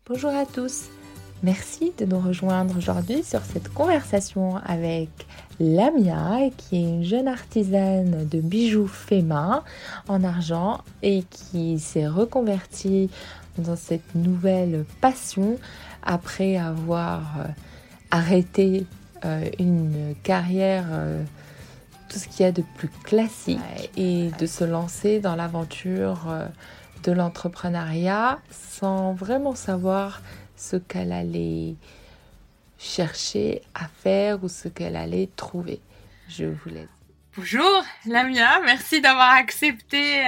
Bonjour à tous, merci de nous rejoindre aujourd'hui sur cette conversation avec Lamia, qui est une jeune artisane de bijoux faits main en argent et qui s'est reconvertie dans cette nouvelle passion après avoir arrêté une carrière tout ce qu'il y a de plus classique et de se lancer dans l'aventure de l'entrepreneuriat sans vraiment savoir ce qu'elle allait chercher à faire ou ce qu'elle allait trouver. Je vous laisse. Bonjour Lamia, merci d'avoir accepté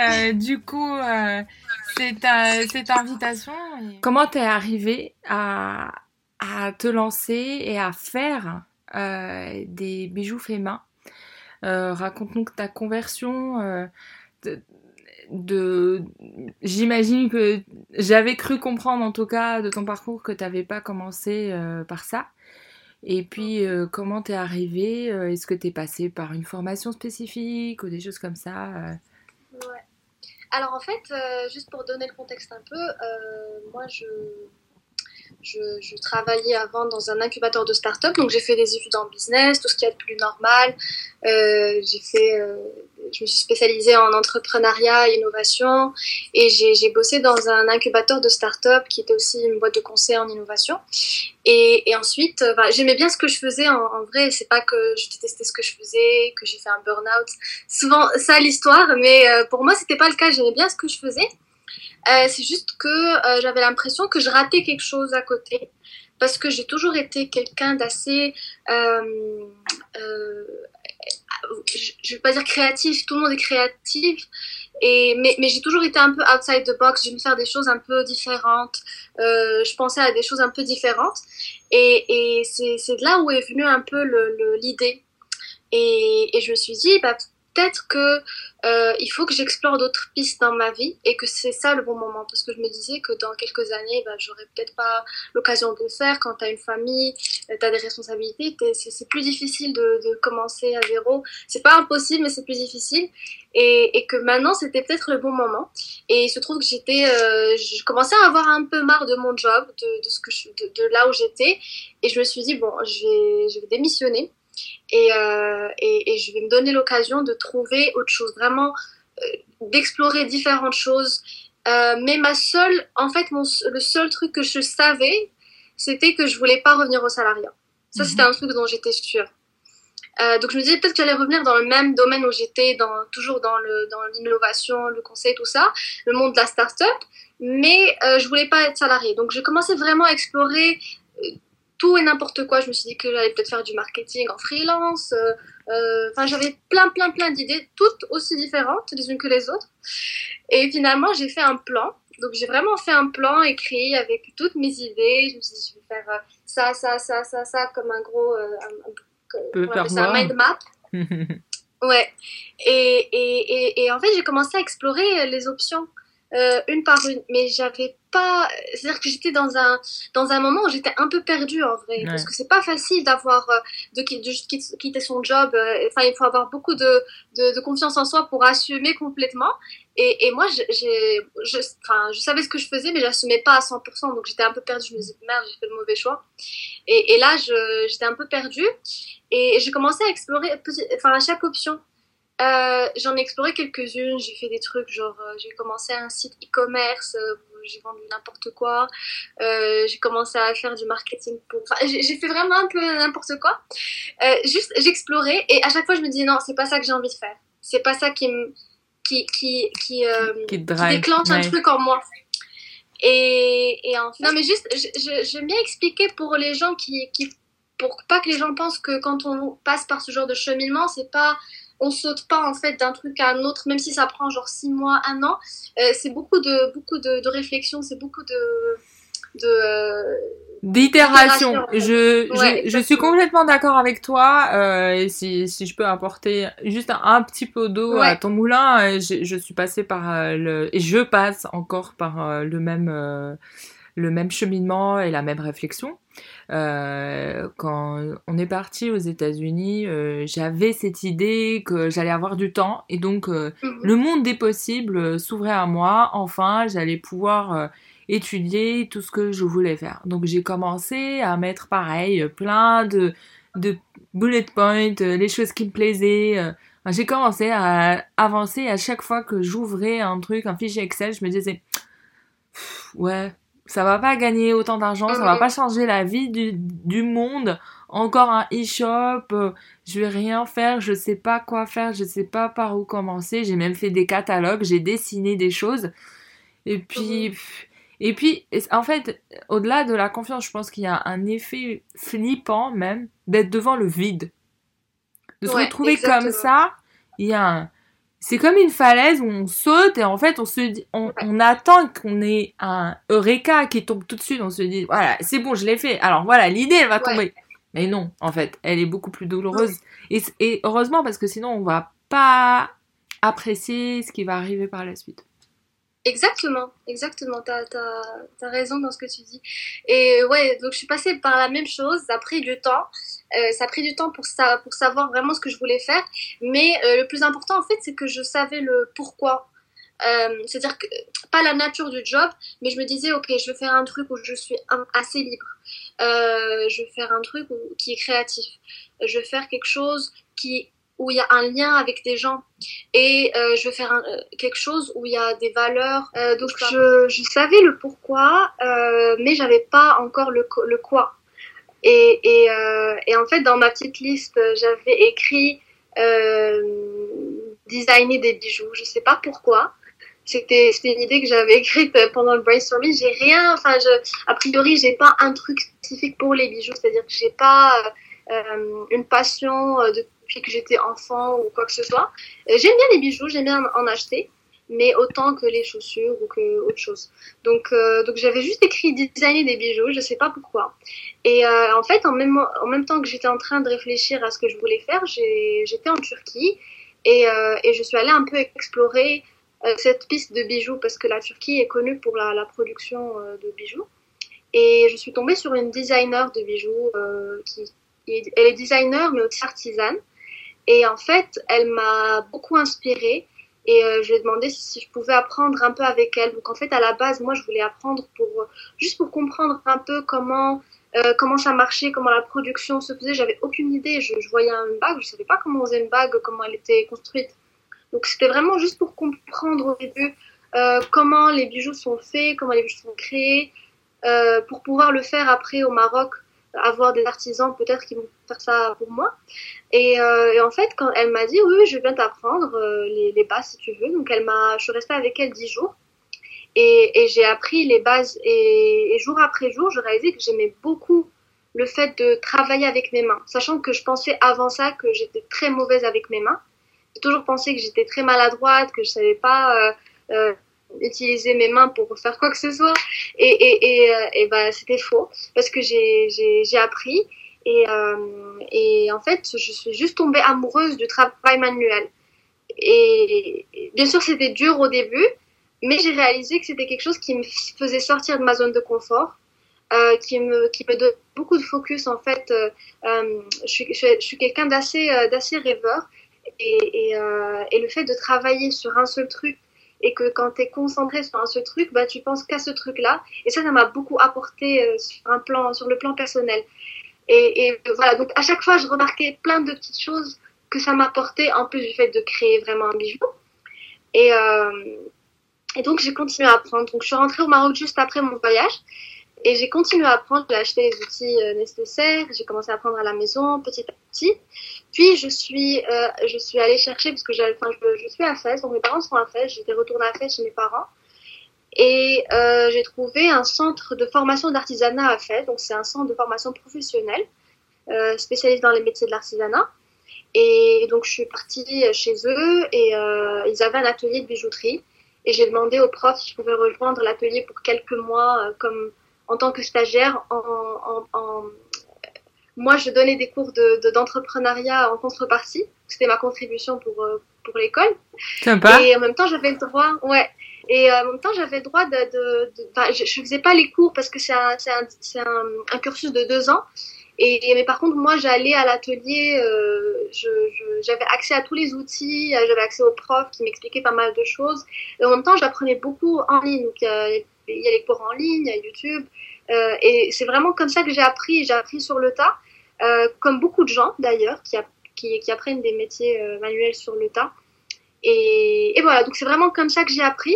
cette invitation. Comment t'es arrivée à te lancer et à faire des bijoux faits main? Raconte-nous ta conversion. J'imagine que j'avais cru comprendre en tout cas de ton parcours que tu n'avais pas commencé par ça. Et puis comment t'es arrivée? Est-ce que t'es passée par une formation spécifique ou des choses comme ça? Ouais. Alors en fait, juste pour donner le contexte un peu, moi je travaillais avant dans un incubateur de start-up, donc j'ai fait des études en business, tout ce qu'il y a de plus normal. Je me suis spécialisée en entrepreneuriat et innovation, et j'ai bossé dans un incubateur de start-up qui était aussi une boîte de conseil en innovation. Et ensuite, j'aimais bien ce que je faisais en vrai. C'est pas que je détestais ce que je faisais, que j'ai fait un burn-out. Souvent ça l'histoire, mais pour moi c'était pas le cas. J'aimais bien ce que je faisais. C'est juste que j'avais l'impression que je ratais quelque chose à côté, parce que j'ai toujours été quelqu'un d'assez je vais pas dire créatif, tout le monde est créatif, mais j'ai toujours été un peu outside the box. J'aimais faire des choses un peu différentes, je pensais à des choses un peu différentes, et c'est de là où est venue un peu l'idée, et je me suis dit peut-être que il faut que j'explore d'autres pistes dans ma vie, et que c'est ça le bon moment, parce que je me disais que dans quelques années j'aurais peut-être pas l'occasion de le faire. Quand t'as une famille, t'as des responsabilités, c'est plus difficile de commencer à zéro. C'est pas impossible, mais c'est plus difficile, et que maintenant c'était peut-être le bon moment. Et il se trouve que je commençais à avoir un peu marre de mon job, de là où j'étais, et je me suis dit bon, je vais démissionner, et je vais me donner l'occasion de trouver autre chose, vraiment d'explorer différentes choses. Mais le seul truc que je savais, c'était que je voulais pas revenir au salariat. Ça, c'était un truc dont j'étais sûre. Donc je me disais peut-être que j'allais revenir dans le même domaine où j'étais, toujours dans l'innovation, le conseil, tout ça, le monde de la start-up, mais je voulais pas être salariée. Donc j'ai commencé vraiment à explorer tout et n'importe quoi. Je me suis dit que j'allais peut-être faire du marketing en freelance. J'avais plein d'idées, toutes aussi différentes les unes que les autres. Et finalement, j'ai fait un plan. Donc, j'ai vraiment fait un plan écrit avec toutes mes idées. Je me suis dit, je vais faire ça, comme un gros... un mind map. Ouais. Et en fait, j'ai commencé à explorer les options. Une par une, mais j'avais pas, c'est-à-dire que j'étais dans un moment où j'étais un peu perdue en vrai, parce que c'est pas facile de quitter son job. Il faut avoir beaucoup de confiance en soi pour assumer complètement, et moi je savais ce que je faisais, mais j'assumais pas à 100%, donc j'étais un peu perdue. Je me disais merde, j'ai fait le mauvais choix, et là j'étais un peu perdue, et j'ai commencé à explorer à chaque option. J'en ai exploré quelques-unes. J'ai fait des trucs genre j'ai commencé un site e-commerce, j'ai vendu n'importe quoi. J'ai commencé à faire du marketing j'ai fait vraiment un peu n'importe quoi. Juste j'explorais, et à chaque fois je me disais non, c'est pas ça que j'ai envie de faire. C'est pas ça qui déclenche un truc en moi. Et en fait, non mais juste j'aime bien expliquer pour les gens pour pas que les gens pensent que quand on passe par ce genre de cheminement, on saute pas en fait d'un truc à un autre, même si ça prend genre 6 mois, 1 an. C'est beaucoup de réflexion, c'est beaucoup d'itération. Je suis complètement d'accord avec toi. Et si je peux apporter juste un petit peu d'eau à ton moulin, je suis passée par et je passe encore par le même cheminement et la même réflexion. Quand on est parti aux États-Unis, j'avais cette idée que j'allais avoir du temps, et donc le monde des possibles s'ouvrait à moi. Enfin, j'allais pouvoir étudier tout ce que je voulais faire. Donc j'ai commencé à mettre pareil plein de bullet points, les choses qui me plaisaient. J'ai commencé à avancer à chaque fois que j'ouvrais un truc, un fichier Excel, je me disais ouais, ça va pas gagner autant d'argent, ça va pas changer la vie du monde. Encore un e-shop, je vais rien faire, je sais pas quoi faire, je sais pas par où commencer. J'ai même fait des catalogues, j'ai dessiné des choses. Et puis, en fait, au-delà de la confiance, je pense qu'il y a un effet flippant même d'être devant le vide. De se retrouver comme ça, il y a un... C'est comme une falaise où on saute et en fait on se dit, on attend qu'on ait un eureka qui tombe tout de suite. On se dit voilà, c'est bon, je l'ai fait. Alors voilà, l'idée elle va tomber. Mais non, en fait, elle est beaucoup plus douloureuse. Et heureusement parce que sinon on va pas apprécier ce qui va arriver par la suite. Exactement. T'as raison dans ce que tu dis. Et ouais, donc je suis passée par la même chose. Ça a pris du temps. Ça a pris du temps pour savoir vraiment ce que je voulais faire. Mais le plus important, en fait, c'est que je savais le pourquoi. C'est-à-dire que, pas la nature du job, mais je me disais, ok, je vais faire un truc où je suis assez libre. Je vais faire un truc qui est créatif. Je vais faire quelque chose où il y a un lien avec des gens. Et je vais faire quelque chose où il y a des valeurs. Donc je savais le pourquoi, mais j'avais pas encore le quoi. Et en fait, dans ma petite liste, j'avais écrit designer des bijoux. Je sais pas pourquoi. C'était une idée que j'avais écrite pendant le brainstorming. J'ai rien, a priori, j'ai pas un truc spécifique pour les bijoux. C'est-à-dire que j'ai pas une passion depuis que j'étais enfant ou quoi que ce soit. J'aime bien les bijoux, j'aime bien en acheter, mais autant que les chaussures ou que autre chose. Donc j'avais juste écrit designer des bijoux, je sais pas pourquoi. Et en fait, en même temps que j'étais en train de réfléchir à ce que je voulais faire, j'étais en Turquie et je suis allée un peu explorer cette piste de bijoux parce que la Turquie est connue pour la production de bijoux. Et je suis tombée sur une designer de bijoux elle est designer mais aussi artisane. Et en fait, elle m'a beaucoup inspirée et je lui ai demandé si je pouvais apprendre un peu avec elle. Donc en fait, à la base, moi, je voulais apprendre juste pour comprendre un peu comment ça marchait, comment la production se faisait. J'avais aucune idée. Je voyais une bague, je savais pas comment on faisait une bague, comment elle était construite. Donc c'était vraiment juste pour comprendre au début comment les bijoux sont faits, comment les bijoux sont créés, pour pouvoir le faire après au Maroc, avoir des artisans peut-être qui vont faire ça pour moi. Et en fait, quand elle m'a dit oui, je vais bien t'apprendre les bases si tu veux. Donc je suis restée avec elle 10 jours et j'ai appris les bases et jour après jour, je réalisais que j'aimais beaucoup le fait de travailler avec mes mains, sachant que je pensais avant ça que j'étais très mauvaise avec mes mains. J'ai toujours pensé que j'étais très maladroite, que je savais pas utiliser mes mains pour faire quoi que ce soit. Et bah, c'était faux parce que j'ai appris et en fait, je suis juste tombée amoureuse du travail manuel. Et bien sûr, c'était dur au début, mais j'ai réalisé que c'était quelque chose qui me faisait sortir de ma zone de confort. Qui me donne beaucoup de focus en fait. Je suis quelqu'un d'assez rêveur et le fait de travailler sur un seul truc et que quand tu es concentré sur un seul truc, bah tu penses qu'à ce truc-là, et ça m'a beaucoup apporté sur le plan personnel. Et voilà, donc à chaque fois je remarquais plein de petites choses que ça m'apportait en plus du fait de créer vraiment un bijou. Et donc j'ai continué à apprendre. Donc je suis rentrée au Maroc juste après mon voyage. Et j'ai continué à apprendre, j'ai acheté les outils nécessaires, j'ai commencé à apprendre à la maison petit à petit. Puis je suis allée chercher, parce que je suis à Fès, donc mes parents sont à Fès, j'étais retournée à Fès chez mes parents. Et j'ai trouvé un centre de formation d'artisanat à Fès, donc c'est un centre de formation professionnelle, spécialisé dans les métiers de l'artisanat. Et donc je suis partie chez eux et ils avaient un atelier de bijouterie. Et j'ai demandé au prof si je pouvais rejoindre l'atelier pour quelques mois en tant que stagiaire. Moi, je donnais des cours d'entrepreneuriat en contrepartie. C'était ma contribution pour l'école. Sympa. Et en même temps, j'avais le droit, Et en même temps, j'avais le droit je faisais pas les cours parce que c'est un cursus de 2 ans. Mais par contre, moi, j'allais à l'atelier, j'avais accès à tous les outils, j'avais accès aux profs qui m'expliquaient pas mal de choses. Et en même temps, j'apprenais beaucoup en ligne. Donc, il y il y a les cours en ligne, il y a YouTube. Et c'est vraiment comme ça que j'ai appris sur le tas, comme beaucoup de gens d'ailleurs qui apprennent des métiers manuels sur le tas. Et voilà, donc c'est vraiment comme ça que j'ai appris.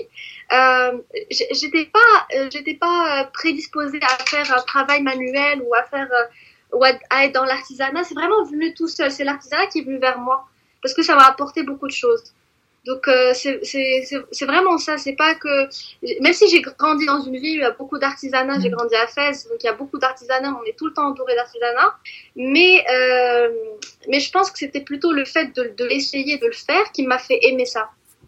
J'étais pas prédisposée à faire un travail manuel ou à être dans l'artisanat. C'est vraiment venu tout seul. C'est l'artisanat qui est venu vers moi parce que ça m'a apporté beaucoup de choses. Donc c'est vraiment ça. C'est pas que même si j'ai grandi dans une ville où il y a beaucoup d'artisanat, j'ai grandi à Fès, donc il y a beaucoup d'artisanat, on est tout le temps entouré d'artisanat. Mais je pense que c'était plutôt le fait de l'essayer, de le faire, qui m'a fait aimer ça.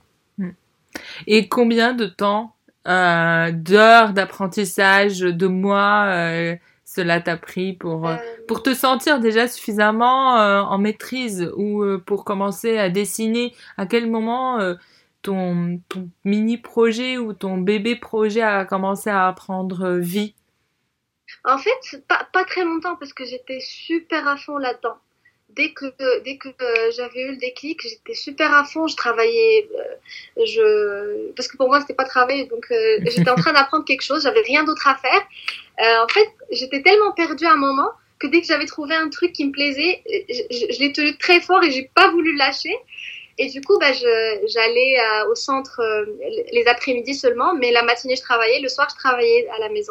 Et combien de temps, d'heures d'apprentissage, de mois, cela t'a pris pour te sentir déjà suffisamment en maîtrise ou pour commencer à dessiner? À quel moment ton mini-projet ou ton bébé-projet a commencé à prendre vie? En fait, pas très longtemps parce que j'étais super à fond là-dedans. Dès que j'avais eu le déclic, j'étais super à fond. Je travaillais, parce que pour moi c'était pas travailler, donc j'étais en train d'apprendre quelque chose. J'avais rien d'autre à faire. En fait, j'étais tellement perdue à un moment que dès que j'avais trouvé un truc qui me plaisait, je l'ai tenu très fort et j'ai pas voulu le lâcher. Et du coup, j'allais au centre les après-midi seulement, mais la matinée je travaillais, le soir je travaillais à la maison.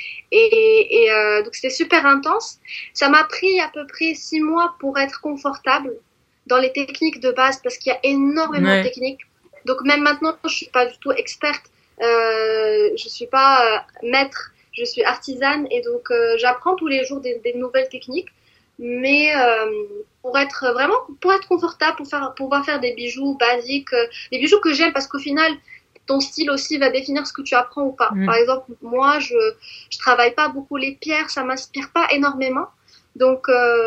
Et donc c'était super intense. Ça m'a pris à peu près 6 mois pour être confortable dans les techniques de base parce qu'il y a énormément de techniques. Donc même maintenant, je suis pas du tout experte. Je suis pas maître, je suis artisane et donc j'apprends tous les jours des nouvelles techniques. Mais pour être confortable, pour pouvoir faire des bijoux basiques, des bijoux que j'aime parce qu'au final ton style aussi va définir ce que tu apprends ou pas. Par exemple, moi, je travaille pas beaucoup les pierres, ça m'inspire pas énormément. Donc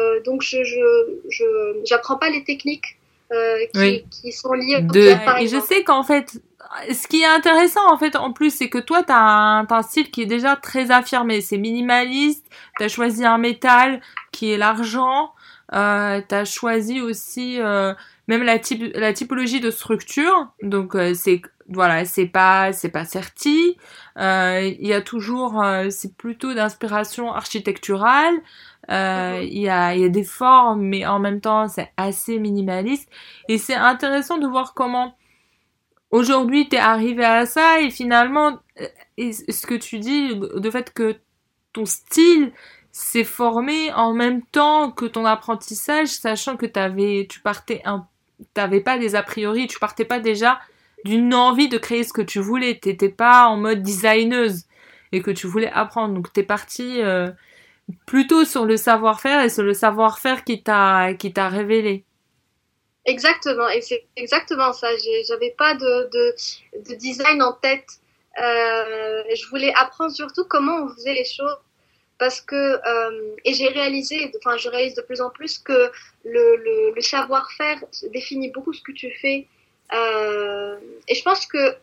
j'apprends pas les techniques qui sont liées aux pierres, par exemple. Et je sais qu'en fait, ce qui est intéressant, en fait, en plus, c'est que toi, t'as un style qui est déjà très affirmé. C'est minimaliste, t'as choisi un métal qui est l'argent, t'as choisi aussi même la typologie de structure. Donc, c'est pas certi. Il y a toujours, c'est plutôt d'inspiration architecturale. Il y a des formes, mais en même temps, c'est assez minimaliste. Et c'est intéressant de voir comment aujourd'hui t'es arrivé à ça et finalement, et ce que tu dis, de fait que ton style s'est formé en même temps que ton apprentissage, sachant que t'avais pas des a priori, tu partais pas déjà d'une envie de créer ce que tu voulais, t'étais pas en mode designeuse et que tu voulais apprendre, donc t'es partie plutôt sur le savoir-faire et sur le savoir-faire qui t'a révélé. Exactement, et c'est exactement ça. J'avais pas de design en tête. Je voulais apprendre surtout comment on faisait les choses parce que et je réalise de plus en plus que le savoir-faire définit beaucoup ce que tu fais. Et je pense que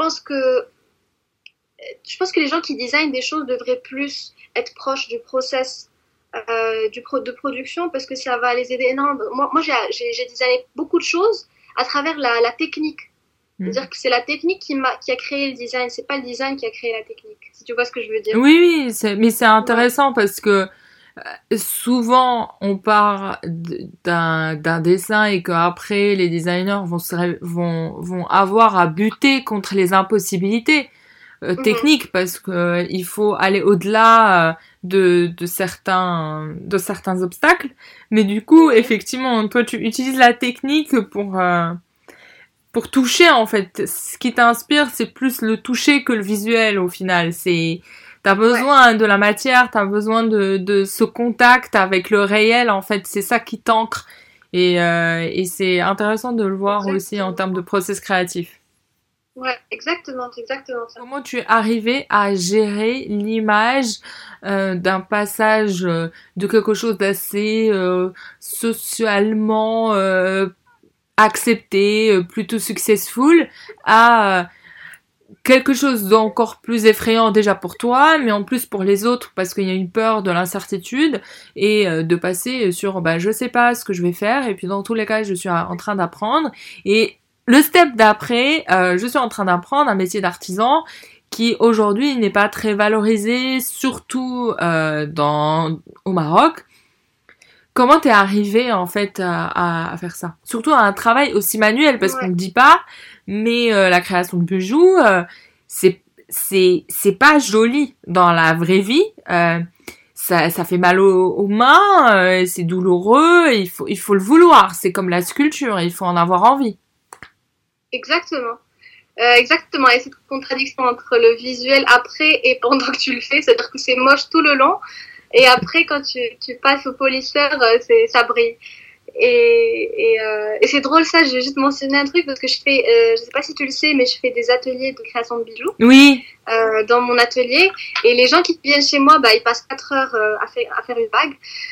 les gens qui designent des choses devraient plus être proches du process de production parce que ça va les aider énormément. Moi j'ai designé beaucoup de choses à travers la technique. C'est-à-dire que c'est la technique qui a créé le design, c'est pas le design qui a créé la technique, si tu vois ce que je veux dire. Oui, mais c'est intéressant parce que souvent on part d'un dessin et qu'après les designers vont avoir à buter contre les impossibilités techniques parce que il faut aller au-delà de certains obstacles. Mais du coup, effectivement, toi tu utilises la technique pour toucher, en fait. Ce qui t'inspire, c'est plus le toucher que le visuel, au final. T'as besoin de la matière, t'as besoin de ce contact avec le réel, en fait. C'est ça qui t'ancre. Et c'est intéressant de le voir aussi en termes de process créatif. Ouais, exactement, c'est exactement ça. Comment tu es arrivé à gérer l'image d'un passage de quelque chose d'assez socialement accepté, plutôt successful, à quelque chose d'encore plus effrayant déjà pour toi, mais en plus pour les autres, parce qu'il y a une peur de l'incertitude, et de passer sur, je sais pas ce que je vais faire, et puis dans tous les cas, je suis en train d'apprendre, et le step d'après, je suis en train d'apprendre un métier d'artisan, qui aujourd'hui n'est pas très valorisé, surtout au Maroc. Comment t'es arrivée en fait à faire ça? Surtout un travail aussi manuel, parce qu'on ne dit pas, mais la création de bijoux, c'est pas joli dans la vraie vie. Ça fait mal aux mains, c'est douloureux, il faut le vouloir. C'est comme la sculpture, il faut en avoir envie. Exactement. Exactement. Et cette contradiction entre le visuel après et pendant que tu le fais, c'est-à-dire que c'est moche tout le long. Et après, quand tu passes au polisseur, ça brille. Et c'est drôle ça, j'ai juste mentionné un truc parce que je sais pas si tu le sais, mais je fais des ateliers de création de bijoux. Oui. Dans mon atelier, et les gens qui viennent chez moi, ils passent 4 heures à faire une bague,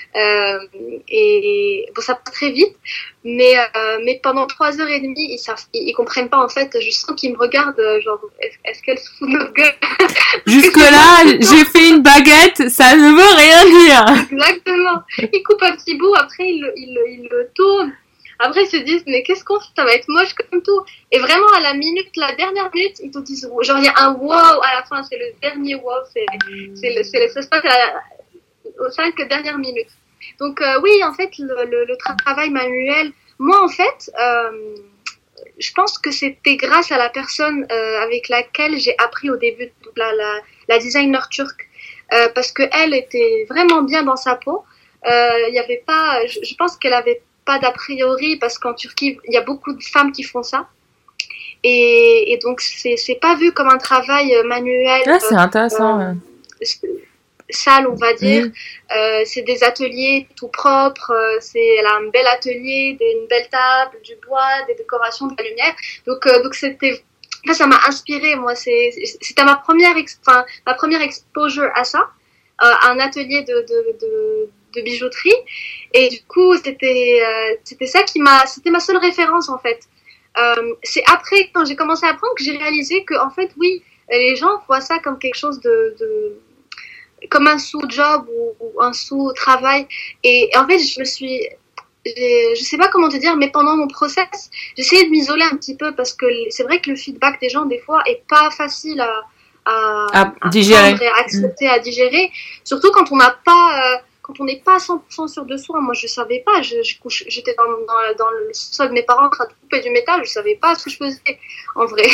et bon, ça passe très vite, mais pendant 3 heures et demie, ils comprennent pas en fait. Je sens qu'ils me regardent, genre est-ce qu'elle se fout de notre gueule? Jusque là, j'ai fait une baguette, ça ne veut rien dire. Exactement. Ils coupent un petit bout, après ils le tournent. Après, ils se disent, mais qu'est-ce qu'on fait? Ça va être moche comme tout. Et vraiment, à la dernière minute, ils te disent, genre, il y a un wow à la fin, c'est le dernier wow, ça se passe aux 5 dernières minutes. Donc, oui, en fait, le travail manuel, moi, en fait, je pense que c'était grâce à la personne avec laquelle j'ai appris au début, donc la designer turque, parce qu'elle était vraiment bien dans sa peau. Il y avait pas, je pense qu'elle avait pas d'a priori, parce qu'en Turquie, il y a beaucoup de femmes qui font ça. Et donc, c'est pas vu comme un travail manuel. Ah, c'est intéressant. Sale, on va dire. C'est des ateliers tout propres. Elle a un bel atelier, une belle table, du bois, des décorations, de la lumière. Donc c'était... ça m'a inspirée, moi. C'était ma première exposure à ça. Un atelier de bijouterie, et du coup c'était ça c'était ma seule référence en fait. C'est après, quand j'ai commencé à apprendre, que j'ai réalisé que en fait oui, les gens voient ça comme quelque chose comme un sous-job ou un sous-travail, et en fait je sais pas comment te dire, mais pendant mon process j'essayais de m'isoler un petit peu, parce que c'est vrai que le feedback des gens des fois est pas facile à digérer, et à accepter, à digérer, surtout quand on n'a pas quand on n'est pas 100% sûr de soi. Moi, je savais pas. J'étais dans le sol de mes parents en train de couper du métal. Je savais pas ce que je faisais, en vrai.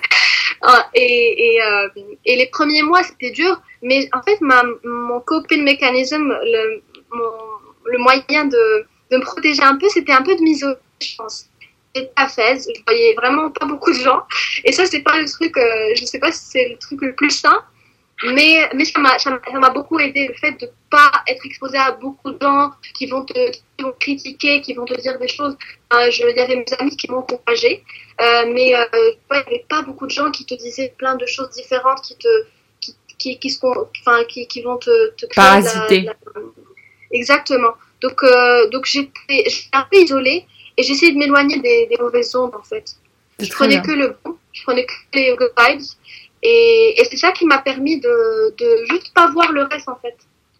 Et les premiers mois, c'était dur. Mais en fait, mon coping mechanism, le moyen de me protéger un peu, c'était un peu de m'isoler, je pense. J'étais à Fès, je voyais vraiment pas beaucoup de gens. Et ça, c'est pas le truc, je sais pas si c'est le truc le plus sain. Mais ça m'a beaucoup aidé, le fait de pas être exposé à beaucoup de gens qui vont critiquer, qui vont te dire des choses. Il y avait mes amis qui m'ont encouragée, mais il y avait pas beaucoup de gens qui te disaient plein de choses différentes, qui vont te créer parasiter. Exactement. Donc j'étais un peu isolée, et j'essayais de m'éloigner des mauvaises ondes en fait. Je prenais que le bon, je prenais que les good vibes. Et c'est ça qui m'a permis de juste pas voir le reste en fait.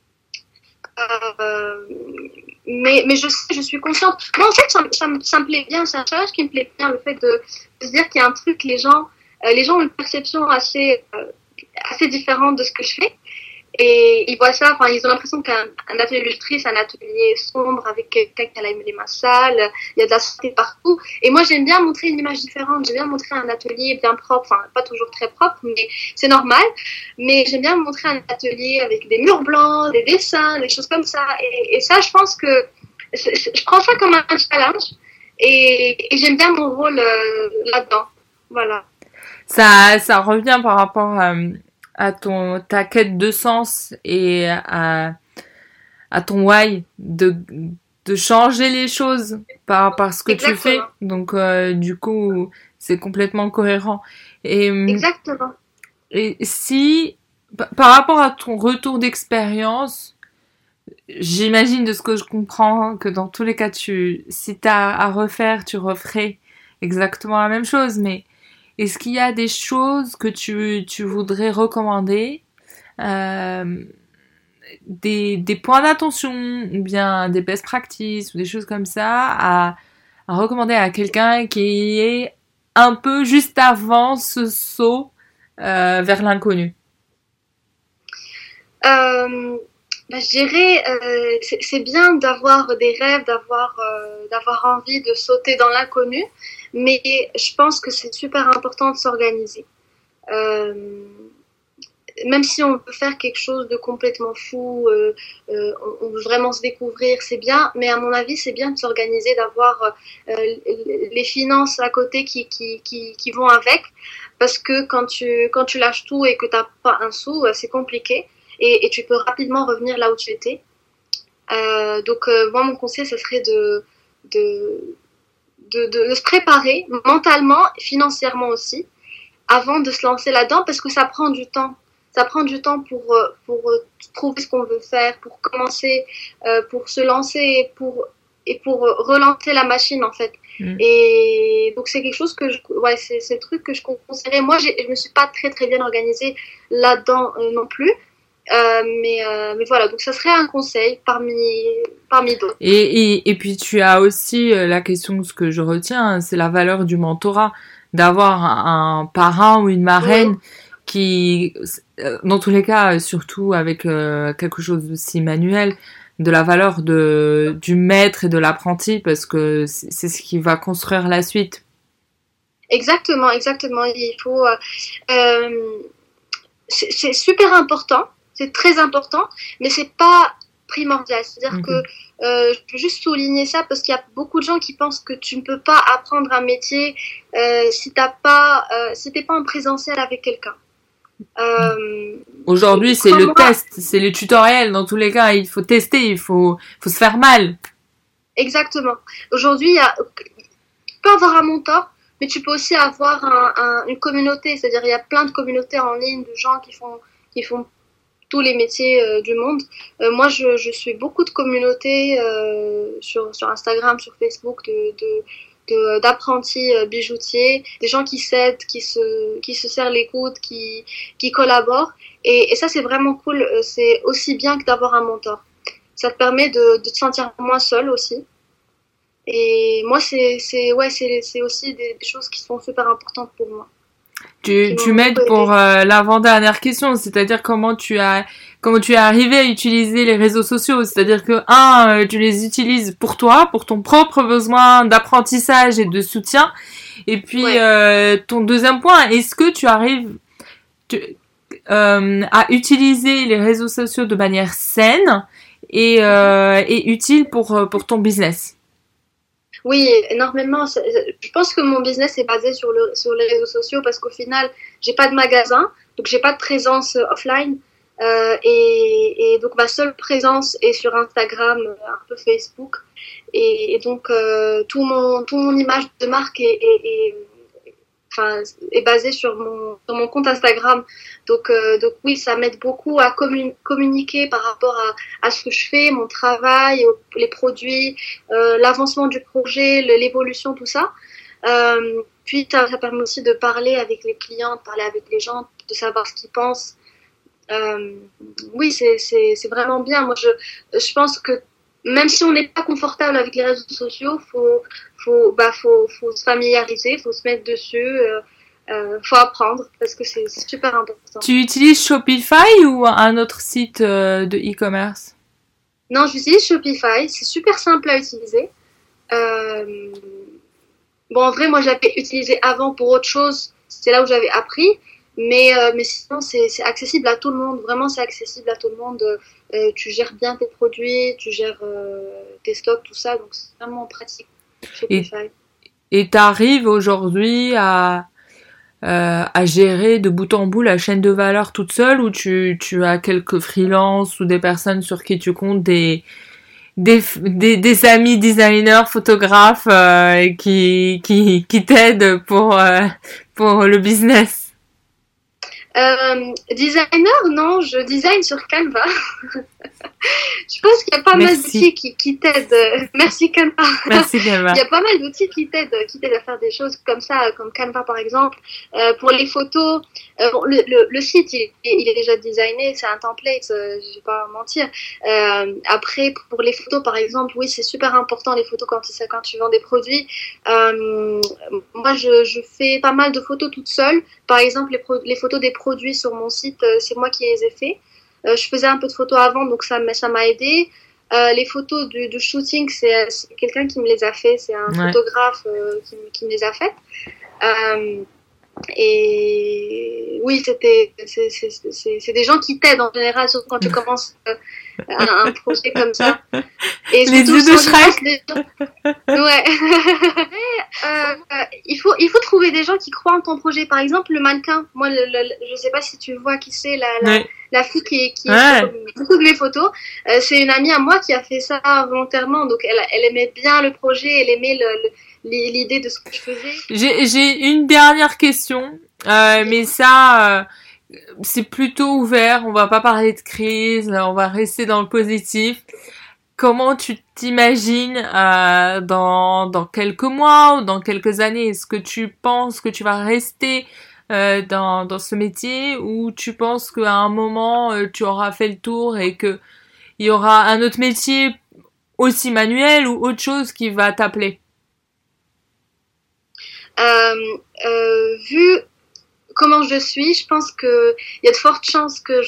Mais je suis consciente. Moi en fait ça me plaît bien, c'est un challenge qui me plaît bien, le fait de se dire qu'il y a un truc, les gens ont une perception assez différente de ce que je fais. Et ils voient ça, ils ont l'impression qu'un atelier de bijouterie, c'est un atelier sombre avec quelqu'un qui a les mains sales, il y a de la santé partout. Et moi, j'aime bien montrer une image différente, j'aime bien montrer un atelier bien propre, pas toujours très propre, mais c'est normal. Mais j'aime bien montrer un atelier avec des murs blancs, des dessins, des choses comme ça. Et ça, je pense que je prends ça comme un challenge, et j'aime bien mon rôle là-dedans. Voilà. Ça revient par rapport à ta quête de sens et à ton why de changer les choses par rapport à ce que tu fais. Donc du coup, c'est complètement cohérent. Exactement. Et si par rapport à ton retour d'expérience, j'imagine, de ce que je comprends, que dans tous les cas, si t'as à refaire, tu referais exactement la même chose, mais est-ce qu'il y a des choses que tu voudrais recommander, des points d'attention, ou bien des best practices, ou des choses comme ça, à recommander à quelqu'un qui est un peu juste avant ce saut vers l'inconnu? Je dirais, c'est bien d'avoir des rêves, d'avoir envie de sauter dans l'inconnu, mais je pense que c'est super important de s'organiser. Même si on veut faire quelque chose de complètement fou, on veut vraiment se découvrir, c'est bien, mais à mon avis, c'est bien de s'organiser, d'avoir les finances à côté qui vont avec, parce que quand tu lâches tout et que tu n'as pas un sou, c'est compliqué, et tu peux rapidement revenir là où tu étais. Donc, moi, mon conseil, ce serait de se préparer mentalement, financièrement aussi, avant de se lancer là-dedans, parce que ça prend du temps. Ça prend du temps pour trouver ce qu'on veut faire, pour commencer, pour se lancer et pour relancer la machine, en fait. Et donc, c'est quelque chose que c'est le truc que je conseillerais. Moi, je me suis pas très, très bien organisée là-dedans non plus. Mais voilà, donc ça serait un conseil parmi d'autres. Et puis, tu as aussi la question, ce que je retiens, c'est la valeur du mentorat, d'avoir un parrain ou une marraine qui, dans tous les cas, surtout avec quelque chose d'aussi manuel, de la valeur du maître et de l'apprenti, parce que c'est ce qui va construire la suite. Exactement. Il faut... c'est super important, c'est très important, mais c'est pas primordial. C'est-à-dire que je veux juste souligner ça parce qu'il y a beaucoup de gens qui pensent que tu ne peux pas apprendre un métier si t'es pas en présentiel avec quelqu'un. Aujourd'hui, c'est le test, c'est les tutoriels. Dans tous les cas, il faut tester, il faut se faire mal. Exactement. Aujourd'hui, tu peux avoir un mentor, mais tu peux aussi avoir une communauté. C'est-à-dire, il y a plein de communautés en ligne de gens qui font tous les métiers du monde. Moi, je suis beaucoup de communautés sur Instagram, sur Facebook, d'apprentis bijoutiers, des gens qui s'aident, qui se serrent les coudes, qui collaborent. Et ça, c'est vraiment cool. C'est aussi bien que d'avoir un mentor. Ça te permet de te sentir moins seul aussi. Et moi, c'est aussi des choses qui sont super importantes pour moi. Tu m'aides pour l'avant-dernière question, c'est-à-dire comment tu es arrivé à utiliser les réseaux sociaux, c'est-à-dire que tu les utilises pour toi, pour ton propre besoin d'apprentissage et de soutien, et puis ton deuxième point, est-ce que tu arrives à utiliser les réseaux sociaux de manière saine et utile pour ton business? Oui, énormément. Je pense que mon business est basé sur les réseaux sociaux parce qu'au final, j'ai pas de magasin, donc j'ai pas de présence offline. Et donc ma seule présence est sur Instagram, un peu Facebook. Et donc tout mon image de marque est basée sur mon compte Instagram. Donc oui, ça m'aide beaucoup à communiquer par rapport à ce que je fais, mon travail, les produits, l'avancement du projet, l'évolution, tout ça. Puis ça permet aussi de parler avec les clients, de parler avec les gens, de savoir ce qu'ils pensent. Oui, c'est vraiment bien. Moi, je pense que même si on n'est pas confortable avec les réseaux sociaux, faut se familiariser, faut se mettre dessus, faut apprendre parce que c'est super important. Tu utilises Shopify ou un autre site de e-commerce? Non, j'utilise Shopify. C'est super simple à utiliser. Bon, en vrai, moi, j'avais utilisé avant pour autre chose. C'est là où j'avais appris. Mais sinon, c'est accessible à tout le monde. Vraiment, c'est accessible à tout le monde. Tu gères bien tes produits, tu gères tes stocks, tout ça. Donc, c'est vraiment pratique. Et t'arrives aujourd'hui à gérer de bout en bout la chaîne de valeur toute seule, ou tu as quelques freelances ou des personnes sur qui tu comptes, des amis designers, photographes qui t'aident pour le business? Designer, non, je design sur Canva. Je pense qu'il y a pas mal d'outils qui t'aident. Merci Canva. Merci Canva. Il y a pas mal d'outils qui t'aident à faire des choses comme ça, comme Canva par exemple. Pour les photos, le site il est déjà designé, c'est un template, je vais pas mentir. Après, pour les photos par exemple, oui, c'est super important les photos quand tu vends des produits. Moi, je fais pas mal de photos toute seule. Par exemple, les photos des produits sur mon site, c'est moi qui les ai fait. Je faisais un peu de photos avant, donc ça m'a aidé. Les photos du shooting, c'est quelqu'un qui me les a fait, c'est un photographe qui me les a faites. Et oui, c'est des gens qui t'aident en général, surtout quand tu commences un projet comme ça. Et les yeux de Shrek. Ouais. Il faut trouver des gens qui croient en ton projet. Par exemple, le mannequin. Moi, je sais pas si tu vois qui c'est, la fille qui est sur beaucoup de mes photos. C'est une amie à moi qui a fait ça volontairement. Donc, elle aimait bien le projet, elle aimait l'idée de ce que je faisais. J'ai une dernière question, mais ça, c'est plutôt ouvert. On va pas parler de crise, on va rester dans le positif. Comment tu t'imagines dans quelques mois ou dans quelques années? Est-ce que tu penses que tu vas rester dans ce métier, ou tu penses qu'à un moment tu auras fait le tour et que il y aura un autre métier aussi manuel ou autre chose qui va t'appeler? Vu comment je suis, je pense que il y a de fortes chances que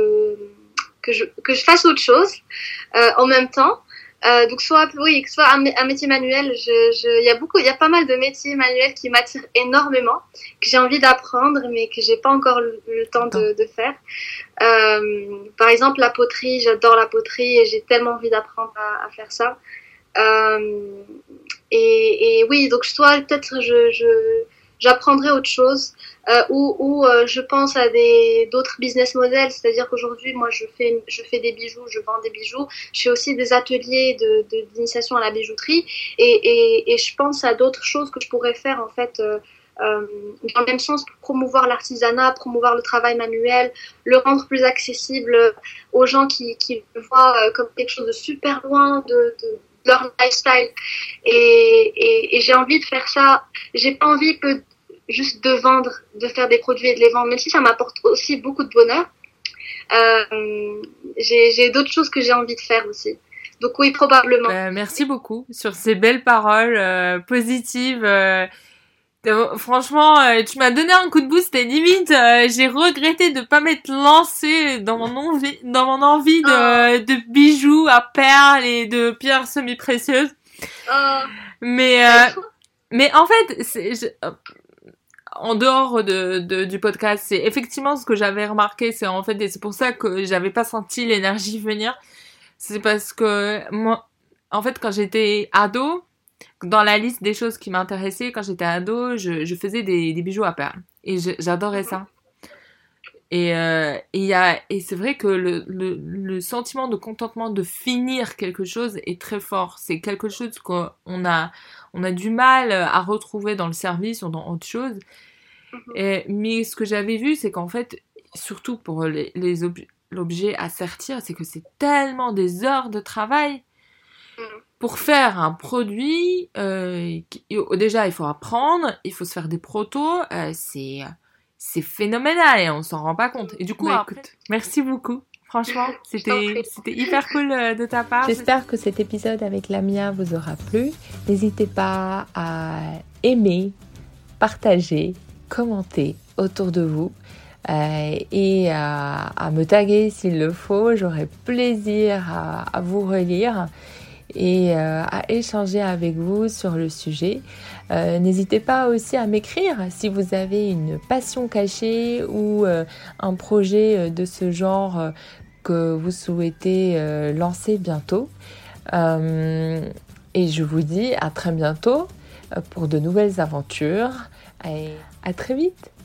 je fasse autre chose en même temps. Donc soit un métier manuel. Il y a pas mal de métiers manuels qui m'attirent énormément, que j'ai envie d'apprendre, mais que j'ai pas encore le temps de faire. Par exemple, la poterie, j'adore la poterie et j'ai tellement envie d'apprendre à faire ça. Et oui, donc soit peut-être j'apprendrai autre chose, ou je pense à d'autres business models, c'est-à-dire qu'aujourd'hui moi je fais des bijoux, je vends des bijoux, je fais aussi des ateliers d'initiation à la bijouterie, et je pense à d'autres choses que je pourrais faire en fait dans le même sens, pour promouvoir l'artisanat, promouvoir le travail manuel, le rendre plus accessible aux gens qui le voient comme quelque chose de super loin de leur lifestyle, et j'ai envie de faire ça. J'ai pas envie que juste de vendre, de faire des produits et de les vendre, même si ça m'apporte aussi beaucoup de bonheur. J'ai d'autres choses que j'ai envie de faire aussi. Donc oui, probablement. Merci beaucoup sur ces belles paroles positives. Franchement, tu m'as donné un coup de boost et limite, j'ai regretté de pas m'être lancée dans mon envie de bijoux à perles et de pierres semi-précieuses. Mais en fait, en dehors du podcast, c'est effectivement ce que j'avais remarqué, c'est en fait, et c'est pour ça que j'avais pas senti l'énergie venir. C'est parce que moi, en fait, quand j'étais ado, dans la liste des choses qui m'intéressaient quand j'étais ado, je faisais des bijoux à perles et j'adorais ça. Et c'est vrai que le sentiment de contentement de finir quelque chose est très fort. C'est quelque chose qu'on a du mal à retrouver dans le service ou dans autre chose. Mais ce que j'avais vu, c'est qu'en fait, surtout pour l'objet à sertir, c'est que c'est tellement des heures de travail. Pour faire un produit, déjà il faut apprendre, il faut se faire des protos, c'est phénoménal et on s'en rend pas compte. Et du coup, écoute, merci beaucoup. Franchement, c'était hyper cool de ta part. J'espère que cet épisode avec Lamia vous aura plu. N'hésitez pas à aimer, partager, commenter autour de vous et à me taguer s'il le faut. J'aurai plaisir à vous relire et à échanger avec vous sur le sujet. N'hésitez pas aussi à m'écrire si vous avez une passion cachée ou un projet de ce genre que vous souhaitez lancer bientôt. Et je vous dis à très bientôt pour de nouvelles aventures et à très vite.